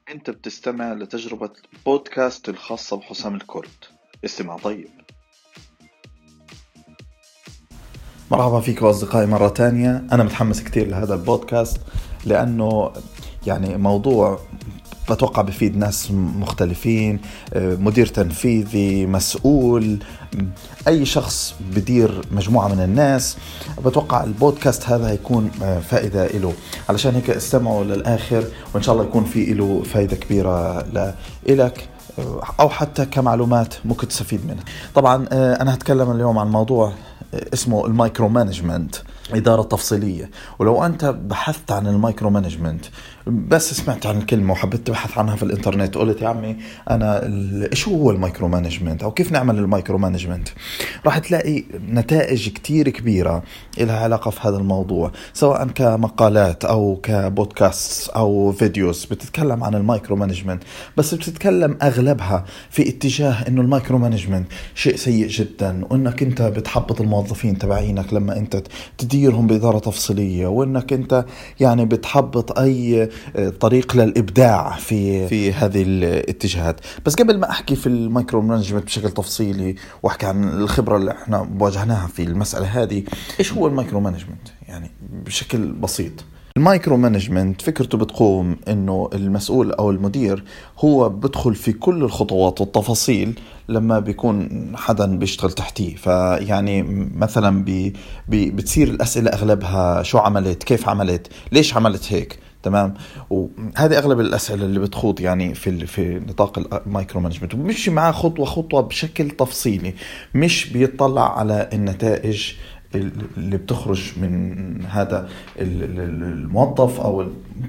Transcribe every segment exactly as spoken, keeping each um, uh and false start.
أنت بتستمع لتجربة بودكاست الخاصة بحسام الكرد. استمع طيب. مرحبا فيكم أصدقائي مرة تانية. أنا متحمس كتير لهذا البودكاست لأنه يعني موضوع بتوقع بفيد ناس مختلفين، مدير تنفيذي، مسؤول، أي شخص بدير مجموعة من الناس. بتوقع البودكاست هذا هيكون فائدة له، علشان هيك استمعوا للآخر وإن شاء الله يكون فيه له فائدة كبيرة لك أو حتى كمعلومات ممكن تستفيد منها. طبعا أنا هتكلم اليوم عن موضوع اسمه المايكرو مانجمنت، إدارة تفصيلية. ولو أنت بحثت عن المايكرو مانجمنت، بس سمعت عن الكلمة وحبيت تبحث عنها في الإنترنت، قلت يا عمي أنا إيش هو المايكرو مانجمنت أو كيف نعمل المايكرو مانجمنت، راح تلاقي نتائج كتير كبيرة إلها علاقة في هذا الموضوع، سواء كمقالات أو كبودكاست أو فيديوز بتتكلم عن المايكرو مانجمنت، بس بتتكلم أغلبها في اتجاه إنه المايكرو مانجمنت شيء سيء جدا، وإنك أنت بتحبط الموظفين تبعينك لما أنت تديرهم بإدارة تفصيلية، وإنك أنت يعني بتحبط أي طريق للإبداع في في هذه الاتجاهات. بس قبل ما أحكي في المايكرو مانجمنت بشكل تفصيلي وأحكي عن الخبرة اللي إحنا واجهناها في المسألة هذه، إيش هو المايكرو مانجمنت يعني بشكل بسيط؟ المايكرو مانجمنت فكرته بتقوم إنه المسؤول أو المدير هو بدخل في كل الخطوات والتفاصيل لما بيكون حدا بيشتغل تحتيه. فيعني مثلا بي بي بتصير الأسئلة أغلبها شو عملت، كيف عملت، ليش عملت هيك، تمام. وهذه أغلب الأسئلة اللي بتخوض يعني في في نطاق المايكرو مانجمنت، وبمشي معاه خطوة خطوة بشكل تفصيلي، مش بيطلع على النتائج اللي بتخرج من هذا الموظف أو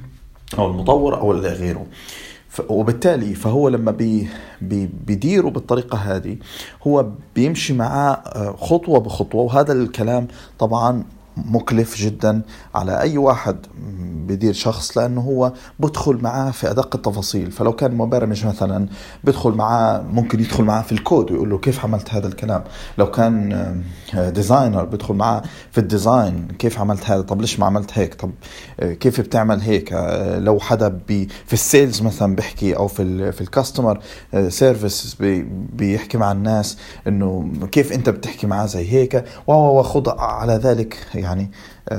أو المطور أو غيره. وبالتالي فهو لما بي بي بيديره بالطريقة هذه هو بيمشي معاه خطوة بخطوة. وهذا الكلام طبعا مكلف جدا على أي واحد بيدير شخص، لأنه هو بدخل معاه في أدق التفاصيل. فلو كان مبرمج مثلا بدخل معاه، ممكن يدخل معاه في الكود ويقول له كيف عملت هذا الكلام. لو كان ديزاينر بدخل معاه في الديزاين، كيف عملت هذا، طب ليش ما عملت هيك، طب كيف بتعمل هيك. لو حدا بي في السيلز مثلا بيحكي، أو في ال في الكاستمر سيرفيس بي بيحكي مع الناس إنه كيف أنت بتحكي معاه زي هيك، وخذ على ذلك يعني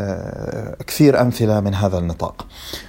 كثير أمثلة من هذا النطاق.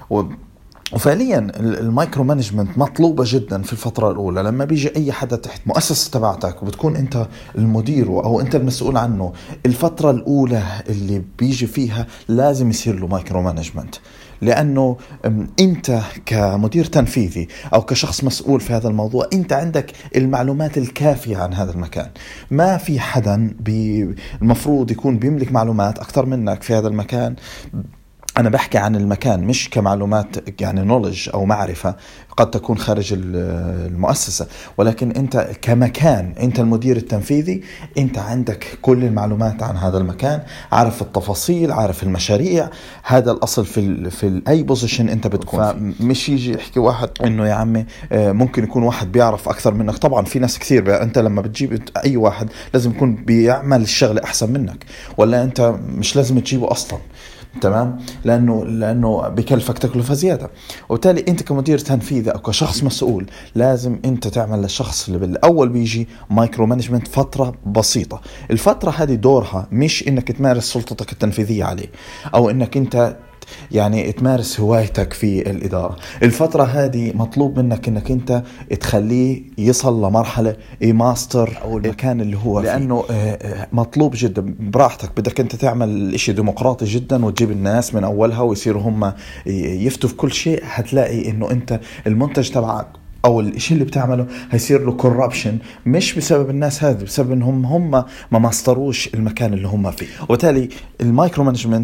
وفعليا المايكرو مانجمنت مطلوبة جدا في الفترة الأولى. لما بيجي أي حدا تحت مؤسسة تبعتك وبتكون أنت المدير أو أنت المسؤول عنه، الفترة الأولى اللي بيجي فيها لازم يصير له مايكرو مانجمنت، لأنه أنت كمدير تنفيذي أو كشخص مسؤول في هذا الموضوع أنت عندك المعلومات الكافية عن هذا المكان. ما في حدا المفروض يكون بيملك معلومات أكثر منك في هذا المكان. أنا بحكي عن المكان مش كمعلومات يعني نولج أو معرفة قد تكون خارج المؤسسة، ولكن أنت كمكان، أنت المدير التنفيذي، أنت عندك كل المعلومات عن هذا المكان، عارف التفاصيل، عارف المشاريع. هذا الأصل في ال في أي بوزيشن أنت بتكون. فمش يجي يحكي واحد إنه يا عمي ممكن يكون واحد بيعرف أكثر منك. طبعا في ناس كثير، أنت لما بتجيب أي واحد لازم يكون بيعمل الشغل أحسن منك، ولا أنت مش لازم تجيبه أصلا، تمام، لأنه لأنه بكلفك تكلفة زيادة. وبالتالي أنت كمدير تنفيذي أو كشخص مسؤول لازم أنت تعمل للشخص اللي بالأول بيجي مايكرو مانجمنت فترة بسيطة. الفترة هذه دورها مش إنك تمارس سلطتك التنفيذية عليه أو إنك أنت يعني تمارس هوايتك في الإدارة. الفترة هذه مطلوب منك إنك أنت تخليه يصل لمرحلة ماستر أو المكان اللي هو فيه. لأنه مطلوب جدا براحتك. بدك أنت تعمل إشي ديمقراطي جدا وتجيب الناس من أولها ويصيروا هم يفتوا في كل شيء، هتلاقي إنه أنت المنتج تبعك أو الشيء اللي بتعمله هيصير له كوربشن، مش بسبب الناس هذه، بسبب إنهم هم ما ماستروش المكان اللي هم فيه. وبالتالي المايكرو مانجمنت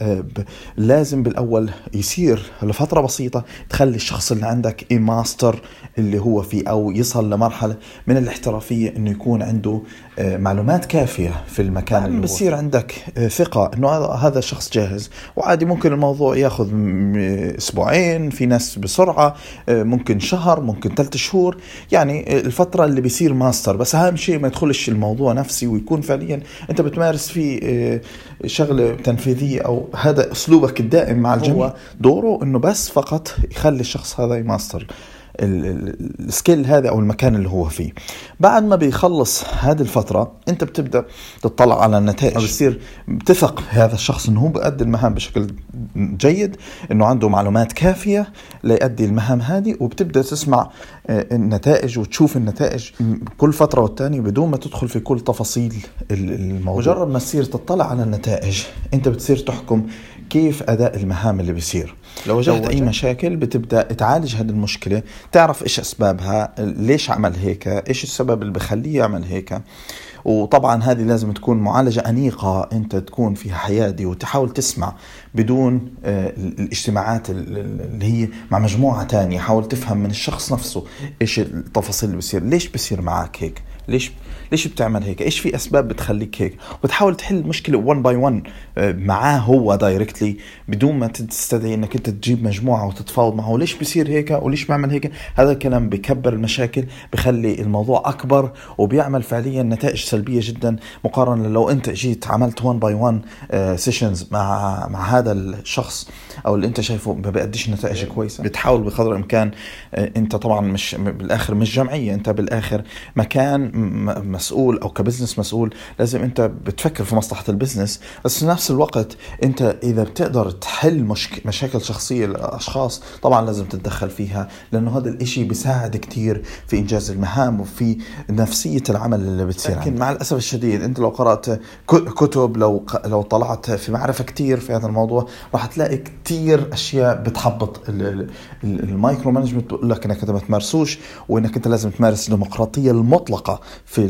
لازم بالأول يصير لفترة بسيطة، تخلي الشخص اللي عندك ماستر اللي هو فيه، أو يصل لمرحلة من الاحترافية إنه يكون عنده معلومات كافية في المكان اللي بصير عندك ثقة إنه هذا الشخص جاهز. وعادي ممكن الموضوع ياخذ أسبوعين، في ناس بسرعة، ممكن شهر، ممكن ممكن ثلاث شهور، يعني الفترة اللي بيصير ماستر. بس أهم شيء ما يدخلش الموضوع نفسي، ويكون فعليا أنت بتمارس فيه شغلة تنفيذية، أو هذا أسلوبك الدائم مع الجميع. دوره إنه بس فقط يخلي الشخص هذا يماستر السكيل هذا أو المكان اللي هو فيه. بعد ما بيخلص هذه الفترة أنت بتبدأ تطلع على النتائج، بتصير بتثق في هذا الشخص إنه هو بيؤدي المهام بشكل جيد، إنه عنده معلومات كافية ليؤدي المهام هذه، وبتبدأ تسمع النتائج وتشوف النتائج كل فترة والتانية بدون ما تدخل في كل تفاصيل الموضوع. مجرد ما تصير تطلع على النتائج أنت بتصير تحكم كيف أداء المهام اللي بيصير. لو وجدت أي مشاكل بتبدأ تعالج هذه المشكلة، تعرف إيش أسبابها، ليش عمل هيك، إيش السبب اللي بخليه يعمل هيك. وطبعا هذه لازم تكون معالجة أنيقة، أنت تكون فيها حيادي وتحاول تسمع بدون الاجتماعات اللي هي مع مجموعة تانية. حاول تفهم من الشخص نفسه إيش التفاصيل اللي بيصير، ليش بيصير معك هيك، ليش ليش بتعمل هيك، ايش في اسباب بتخليك هيك، وتحاول تحل المشكله one by one معاه هو دايركتلي بدون ما تستدعي انك انت تجيب مجموعه وتتفاوض معه ليش بيصير هيك وليش بعمل هيك. هذا الكلام بيكبر المشاكل، بخلي الموضوع اكبر، وبيعمل فعليا نتائج سلبيه جدا مقارنه لو انت جيت عملت one by one سيشنز مع مع هذا الشخص او اللي انت شايفه ما بيقديش نتائج كويسه. بتحاول بقدر الامكان، انت طبعا مش بالاخر مش جمعيه، انت بالاخر مكان مسؤول او كبزنس مسؤول، لازم انت بتفكر في مصلحة البزنس، بس في نفس الوقت انت اذا بتقدر تحل مشك... مشاكل شخصية للاشخاص طبعا لازم تتدخل فيها، لانه هذا الاشي بيساعد كتير في انجاز المهام وفي نفسية العمل اللي بتصير. لكن مع الاسف الشديد انت لو قرأت كتب، لو لو طلعت في معرفة كتير في هذا الموضوع، راح تلاقي كتير اشياء بتحبط المايكرو مانجمنت، بتقول لك انك انت ما تمارسوش، وانك انت لازم تمارس الديمقراطية المطلقة في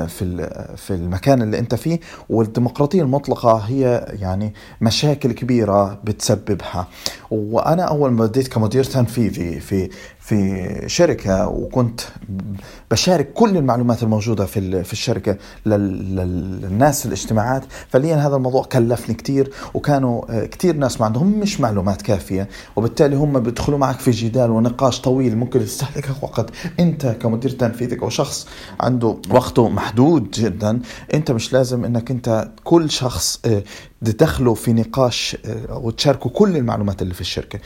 في في المكان اللي انت فيه. والديمقراطية المطلقة هي يعني مشاكل كبيرة بتسببها. وانا اول ما بديت كمدير تنفيذي في في شركة، وكنت بشارك كل المعلومات الموجودة في في الشركة للناس الاجتماعات، فعليا هذا الموضوع كلفني كتير، وكانوا كتير ناس ما عندهم مش معلومات كافية، وبالتالي هم بيدخلوا معك في جدال ونقاش طويل ممكن يستهلكك وقت. انت كمدير تنفيذي او شخص عنده وقته محدود جدا، انت مش لازم انك انت كل شخص تدخلوا في نقاش وتشاركوا كل المعلومات اللي في الشركة،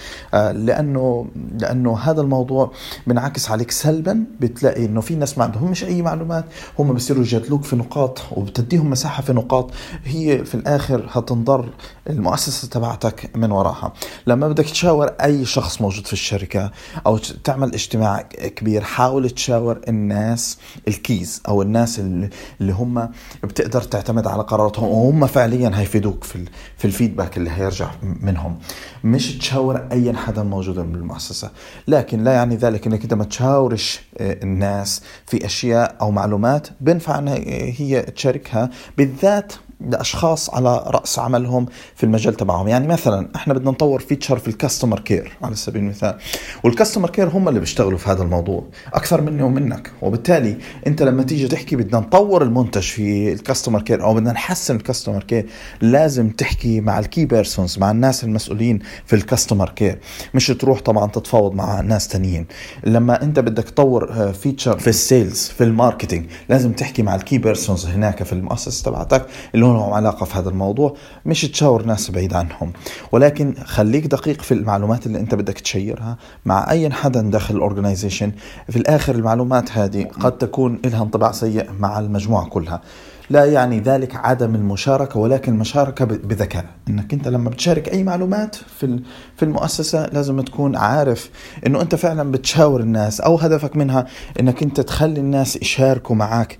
لأنه لأنه هذا الموضوع بنعكس عليك سلبا. بتلاقي إنه في ناس ما عندهم مش أي معلومات، هم بيصيروا يجادلوك في نقاط وبتديهم مساحة في نقاط هي في الآخر هتنضر المؤسسة تبعتك من وراها. لما بدك تشاور أي شخص موجود في الشركة أو تعمل اجتماع كبير، حاول تشاور الناس الكيز أو الناس اللي هم بتقدر تعتمد على قراراتهم وهم فعليا هيفيدوك في في الفيدباك اللي هيرجع منهم، مش تشاور أي حدا موجود بالمؤسسة. لكن لا يعني ذلك انك انت ما تشاورش الناس في اشياء او معلومات بنفع ان هي تشاركها، بالذات لأشخاص على رأس عملهم في المجال تبعهم. يعني مثلا احنا بدنا نطور فيتشر في الكاستمر كير على سبيل المثال، والكاستمر كير هم اللي بيشتغلوا في هذا الموضوع اكثر مني ومنك، وبالتالي انت لما تيجي تحكي بدنا نطور المنتج في الكاستمر كير او بدنا نحسن الكاستمر كير، لازم تحكي مع الكي بيرسونز، مع الناس المسؤولين في الكاستمر كير، مش تروح طبعا تتفاوض مع ناس تانيين. لما انت بدك تطور فيتشر في السيلز في الماركتينج، لازم تحكي مع الكي بيرسونز هناك في المؤسسة تبعتك اللي لهم علاقة في هذا الموضوع، مش تشاور ناس بعيد عنهم. ولكن خليك دقيق في المعلومات اللي انت بدك تشيرها مع اي حدا داخل الاورجنايزيشن. في الاخر المعلومات هذه قد تكون لها انطباع سيء مع المجموعة كلها. لا يعني ذلك عدم المشاركة، ولكن المشاركة بذكاء. انك انت لما بتشارك اي معلومات في في المؤسسة لازم تكون عارف انه انت فعلا بتشاور الناس، او هدفك منها انك انت تخلي الناس يشاركوا معك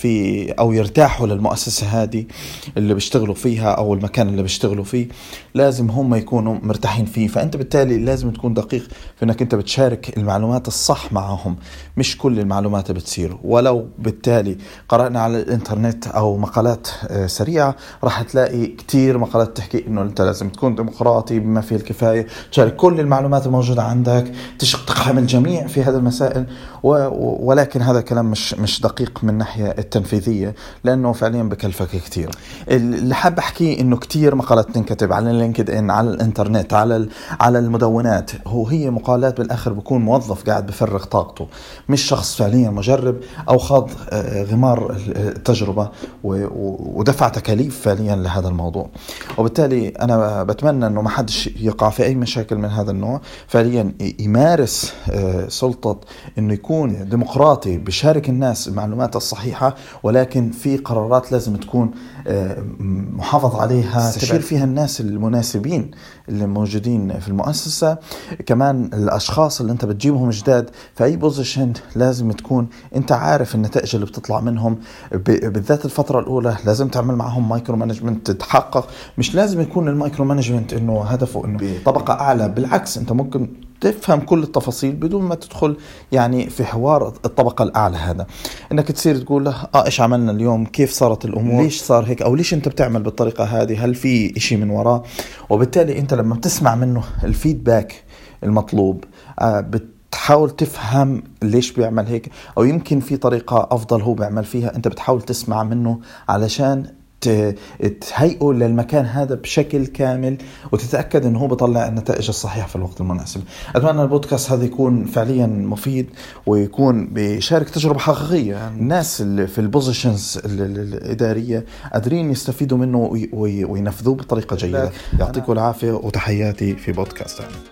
في او يرتاحوا للمؤسسة هذه اللي بيشتغلوا فيها او المكان اللي بيشتغلوا فيه، لازم هم يكونوا مرتاحين فيه. فانت بالتالي لازم تكون دقيق في انك انت بتشارك المعلومات الصح معهم، مش كل المعلومات بتصير. ولو بالتالي قرأنا على الانترنت أو مقالات سريعة راح تلاقي كتير مقالات تحكي إنه أنت لازم تكون ديمقراطي بما فيه الكفاية، تشارك كل المعلومات الموجودة عندك، تقحم الجميع في هذه المسائل. ولكن هذا كلام مش مش دقيق من الناحية التنفيذية، لأنه فعليا بكلفك كتير. اللي حاب أحكي إنه كتير مقالات تنكتب على اللينكد إن، على الإنترنت، على على المدونات، هو هي مقالات بالآخر بكون موظف قاعد بفرغ طاقته، مش شخص فعليا مجرب أو خاض غمار التجربة ودفع تكاليف فعليا لهذا الموضوع. وبالتالي أنا بتمنى إنه ما حدش يقع في أي مشاكل من هذا النوع، فعليا يمارس سلطة إنه يكون ديمقراطي، بيشارك الناس المعلومات الصحيحة، ولكن في قرارات لازم تكون محافظ عليها، تشير فيها الناس المناسبين اللي موجودين في المؤسسة. كمان الأشخاص اللي أنت بتجيبهم جداد في أي بوزيشن لازم تكون أنت عارف النتائج اللي بتطلع منهم، بالذات الفترة الأولى لازم تعمل معهم مايكرو مانجمنت تتحقق. مش لازم يكون المايكرو مانجمنت إنه هدفه إنه بطبقة أعلى، بالعكس أنت ممكن تفهم كل التفاصيل بدون ما تدخل يعني في حوار الطبقة الأعلى. هذا إنك تصير تقول له آه إيش عملنا اليوم، كيف صارت الأمور، ليش صار هيك، أو ليش أنت بتعمل بالطريقة هذه، هل في إشي من وراء. وبالتالي أنت لما بتسمع منه الفيدباك المطلوب آه بتحاول تفهم ليش بيعمل هيك، أو يمكن في طريقة أفضل هو بيعمل فيها. أنت بتحاول تسمع منه علشان تهيئه للمكان هذا بشكل كامل وتتأكد أنه هو بيطلع النتائج الصحيحة في الوقت المناسب. أتمنى البودكاست هذا يكون فعليا مفيد ويكون بيشارك تجربة حقيقية. يعني الناس اللي في البوزيشنز الإدارية قادرين يستفيدوا منه وينفذوه بطريقة جيدة. يعطيكم العافية وتحياتي في بودكاست.